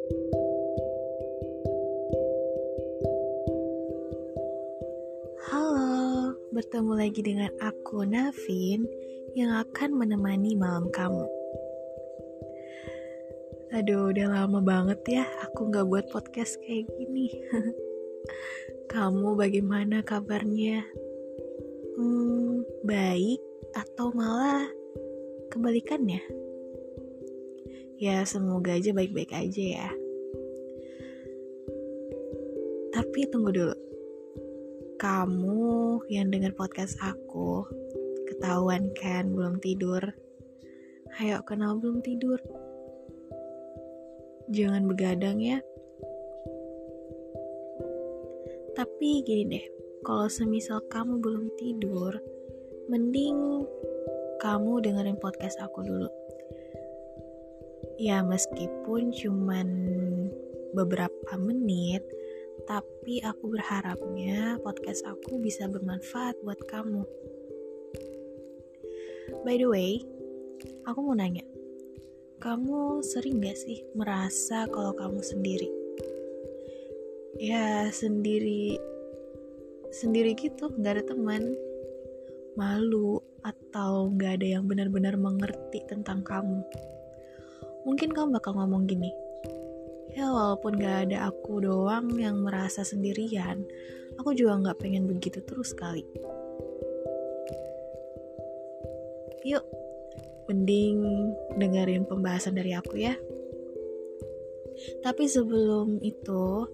Halo, bertemu lagi dengan aku Navin yang akan menemani malam kamu. Aduh, udah lama banget ya aku gak buat podcast kayak gini. Kamu bagaimana kabarnya? Baik atau malah kebalikannya? Ya semoga aja baik-baik aja ya. Tapi tunggu dulu. Kamu yang dengar podcast aku, ketahuan kan belum tidur? Ayo, kenapa belum tidur? Jangan begadang ya. Tapi gini deh, kalau semisal kamu belum tidur, mending kamu dengerin podcast aku dulu. Ya meskipun cuman beberapa menit, tapi aku berharapnya podcast aku bisa bermanfaat buat kamu. By the way, aku mau nanya, kamu sering gak sih merasa kalau kamu sendiri? Ya sendiri gitu, gak ada teman, malu, atau gak ada yang benar-benar mengerti tentang kamu. Mungkin kamu bakal ngomong gini, ya walaupun gak ada aku doang yang merasa sendirian, aku juga gak pengen begitu terus kali. Yuk, mending dengerin pembahasan dari aku ya. Tapi sebelum itu,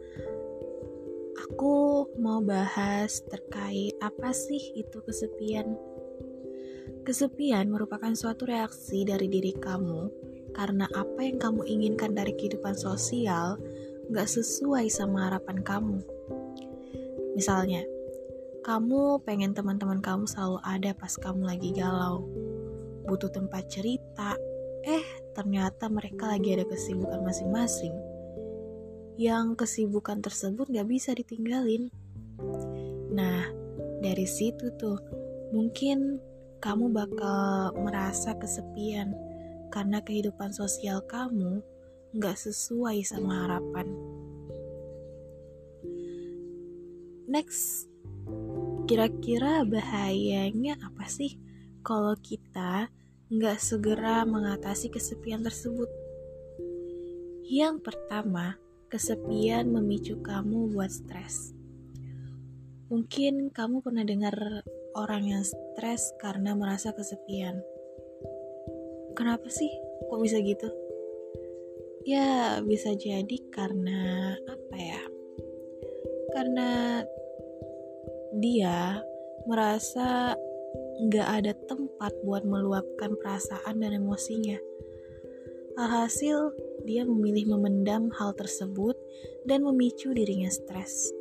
aku mau bahas terkait apa sih itu kesepian. Kesepian merupakan suatu reaksi dari diri kamu karena apa yang kamu inginkan dari kehidupan sosial gak sesuai sama harapan kamu. Misalnya, kamu pengen teman-teman kamu selalu ada pas kamu lagi galau, butuh tempat cerita, ternyata mereka lagi ada kesibukan masing-masing. Yang kesibukan tersebut gak bisa ditinggalin. Nah, dari situ tuh, mungkin kamu bakal merasa kesepian karena kehidupan sosial kamu gak sesuai sama harapan. Next, kira-kira bahayanya apa sih kalau kita gak segera mengatasi kesepian tersebut? Yang pertama, kesepian memicu kamu buat stres. Mungkin kamu pernah dengar orang yang stres karena merasa kesepian. Kenapa sih? Kok bisa gitu? Ya, bisa jadi karena Karena dia merasa gak ada tempat buat meluapkan perasaan dan emosinya. Alhasil, dia memilih memendam hal tersebut dan memicu dirinya stres.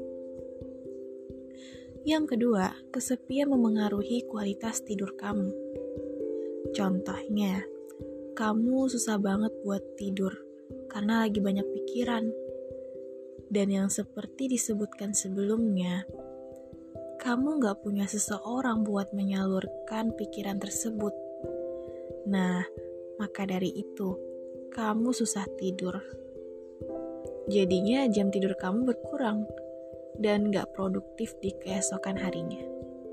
Yang kedua, kesepian memengaruhi kualitas tidur kamu. Contohnya, kamu susah banget buat tidur karena lagi banyak pikiran. Dan yang seperti disebutkan sebelumnya, kamu gak punya seseorang buat menyalurkan pikiran tersebut. Nah, maka dari itu, kamu susah tidur. Jadinya jam tidur kamu berkurang dan gak produktif di keesokan harinya.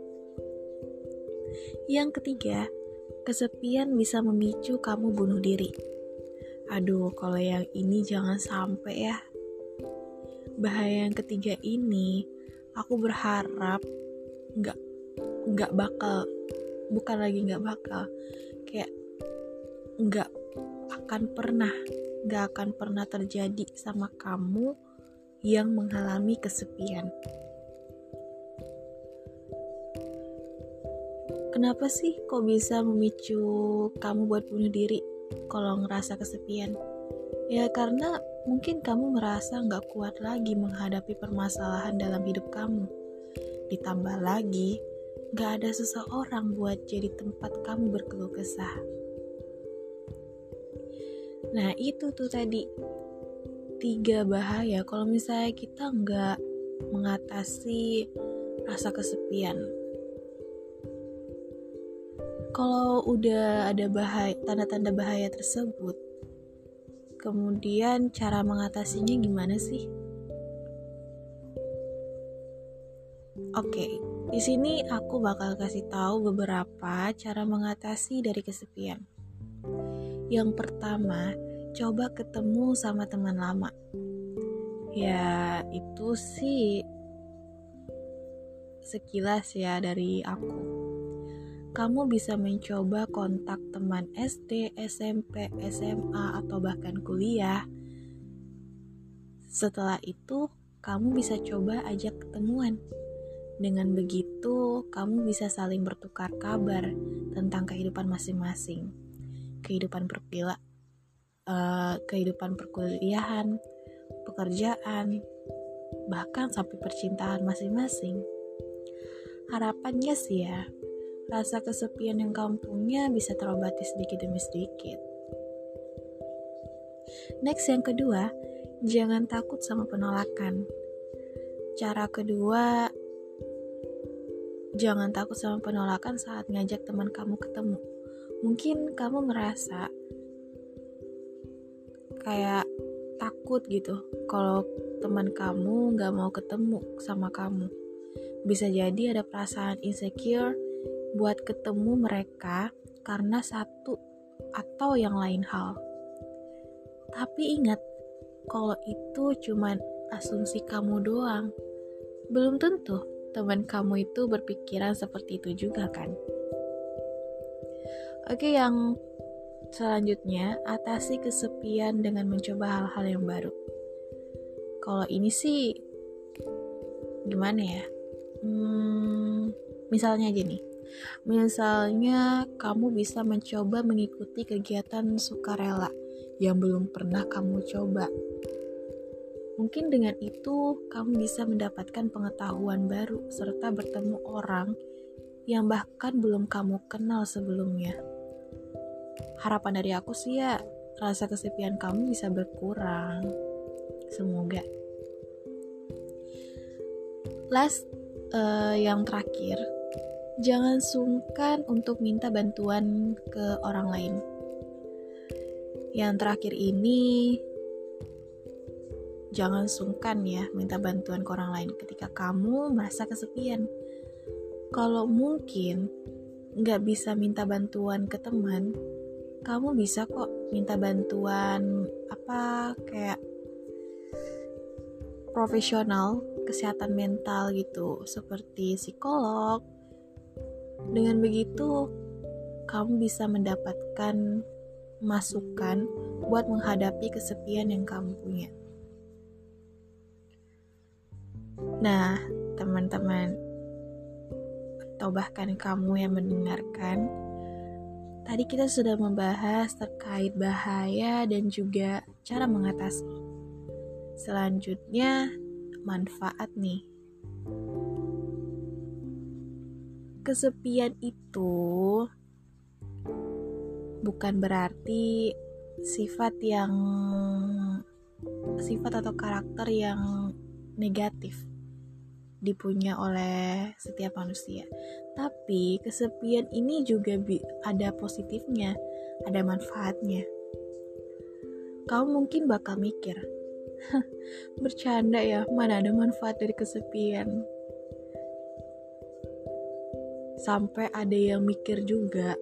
Yang ketiga, kesepian bisa memicu kamu bunuh diri. Aduh, kalau yang ini jangan sampai ya. Bahaya yang ketiga ini, aku berharap gak bakal kayak gak akan pernah terjadi sama kamu yang mengalami kesepian. Kenapa sih kok bisa memicu kamu buat bunuh diri kalau ngerasa kesepian? Ya karena mungkin kamu merasa gak kuat lagi menghadapi permasalahan dalam hidup kamu. Ditambah lagi, gak ada seseorang buat jadi tempat kamu berkeluh kesah. Nah itu tuh tadi 3 bahaya kalau misalnya kita gak mengatasi rasa kesepian. Kalau udah ada tanda-tanda bahaya tersebut, Kemudian cara mengatasinya gimana sih? Oke, di sini aku bakal kasih tahu beberapa cara mengatasi dari kesepian. Yang pertama, coba ketemu sama teman lama. Ya, itu sih sekilas ya dari aku. Kamu bisa mencoba kontak teman SD, SMP, SMA, atau bahkan kuliah. Setelah itu, kamu bisa coba ajak ketemuan. Dengan begitu, kamu bisa saling bertukar kabar tentang kehidupan masing-masing. Kehidupan perkuliahan, pekerjaan, bahkan sampai percintaan masing-masing. Harapannya sih ya, rasa kesepian yang kamu punya bisa terobati sedikit demi sedikit. Next, yang kedua, jangan takut sama penolakan. Cara kedua, jangan takut sama penolakan saat ngajak teman kamu ketemu. Mungkin kamu merasa kayak takut gitu kalau teman kamu gak mau ketemu sama kamu. Bisa jadi ada perasaan insecure buat ketemu mereka karena satu atau yang lain hal. Tapi ingat, kalau itu cuma asumsi kamu doang. Belum tentu teman kamu itu berpikiran seperti itu juga kan. Oke, yang selanjutnya, atasi kesepian dengan mencoba hal-hal yang baru. Kalau ini sih gimana ya? Misalnya gini. Misalnya kamu bisa mencoba mengikuti kegiatan sukarela yang belum pernah kamu coba. Mungkin dengan itu kamu bisa mendapatkan pengetahuan baru serta bertemu orang yang bahkan belum kamu kenal sebelumnya. Harapan dari aku sih ya, rasa kesepian kamu bisa berkurang. Semoga. Yang terakhir, jangan sungkan untuk minta bantuan ke orang lain. Yang terakhir ini, jangan sungkan ya minta bantuan ke orang lain ketika kamu merasa kesepian. Kalau mungkin nggak bisa minta bantuan ke teman, kamu bisa kok minta bantuan kayak profesional kesehatan mental gitu, seperti psikolog. Dengan begitu, kamu bisa mendapatkan masukan buat menghadapi kesepian yang kamu punya. Nah, teman-teman, atau bahkan kamu yang mendengarkan, tadi kita sudah membahas terkait bahaya dan juga cara mengatasi. Selanjutnya, manfaat nih. Kesepian itu bukan berarti sifat atau karakter yang negatif dipunya oleh setiap manusia. Tapi kesepian ini juga ada positifnya, ada manfaatnya. Kamu mungkin bakal mikir, bercanda ya, mana ada manfaat dari kesepian? Sampai ada yang mikir juga,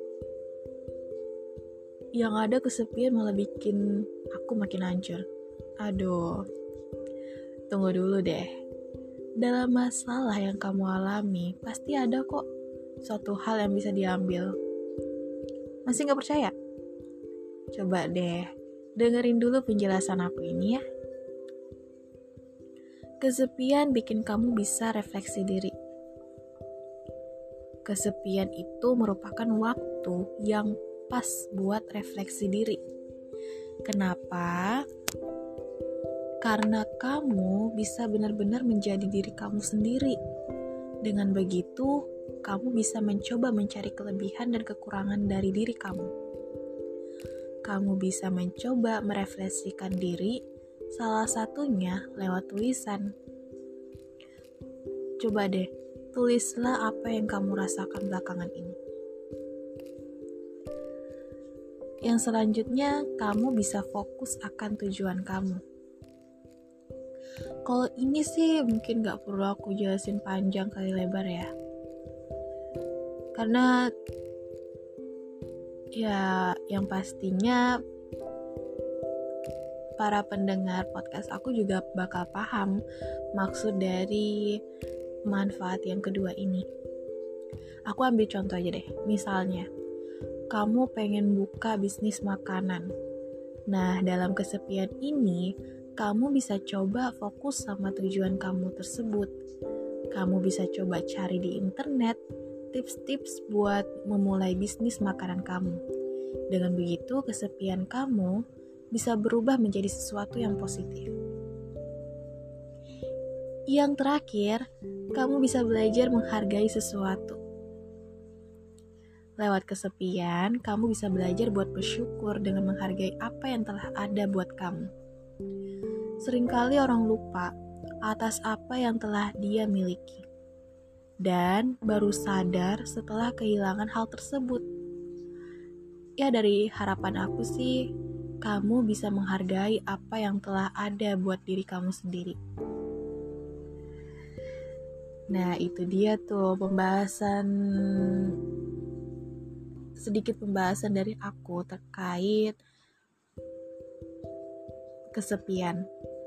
yang ada kesepian malah bikin aku makin hancur. Aduh, tunggu dulu deh. Dalam masalah yang kamu alami, pasti ada kok suatu hal yang bisa diambil. Masih gak percaya? Coba deh, dengerin dulu penjelasan aku ini ya. Kesepian bikin kamu bisa refleksi diri. Kesepian itu merupakan waktu yang pas buat refleksi diri. Kenapa? Karena kamu bisa benar-benar menjadi diri kamu sendiri. Dengan begitu, kamu bisa mencoba mencari kelebihan dan kekurangan dari diri kamu. Kamu bisa mencoba merefleksikan diri, salah satunya lewat tulisan. Coba deh, tulislah apa yang kamu rasakan belakangan ini. Yang selanjutnya, kamu bisa fokus akan tujuan kamu. Kalau ini sih mungkin gak perlu aku jelasin panjang kali lebar ya. Karena ya yang pastinya para pendengar podcast aku juga bakal paham maksud dari manfaat yang kedua ini. Aku ambil contoh aja deh. Misalnya, kamu pengen buka bisnis makanan. Nah, dalam kesepian ini, kamu bisa coba fokus sama tujuan kamu tersebut. Kamu bisa coba cari di internet tips-tips buat memulai bisnis makanan kamu. Dengan begitu, kesepian kamu bisa berubah menjadi sesuatu yang positif. Yang terakhir, kamu bisa belajar menghargai sesuatu. Lewat kesepian, kamu bisa belajar buat bersyukur dengan menghargai apa yang telah ada buat kamu. Seringkali orang lupa atas apa yang telah dia miliki, dan baru sadar setelah kehilangan hal tersebut. Ya, dari harapan aku sih, kamu bisa menghargai apa yang telah ada buat diri kamu sendiri. Nah, itu dia tuh sedikit pembahasan dari aku terkait kesepian.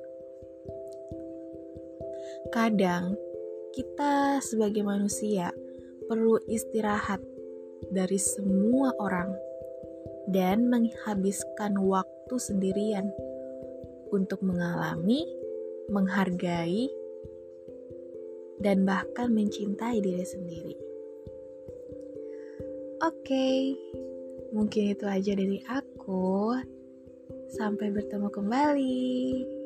Kadang, kita sebagai manusia perlu istirahat dari semua orang dan menghabiskan waktu sendirian untuk mengalami, menghargai, dan bahkan mencintai diri sendiri. Oke, mungkin itu aja dari aku. Sampai bertemu kembali.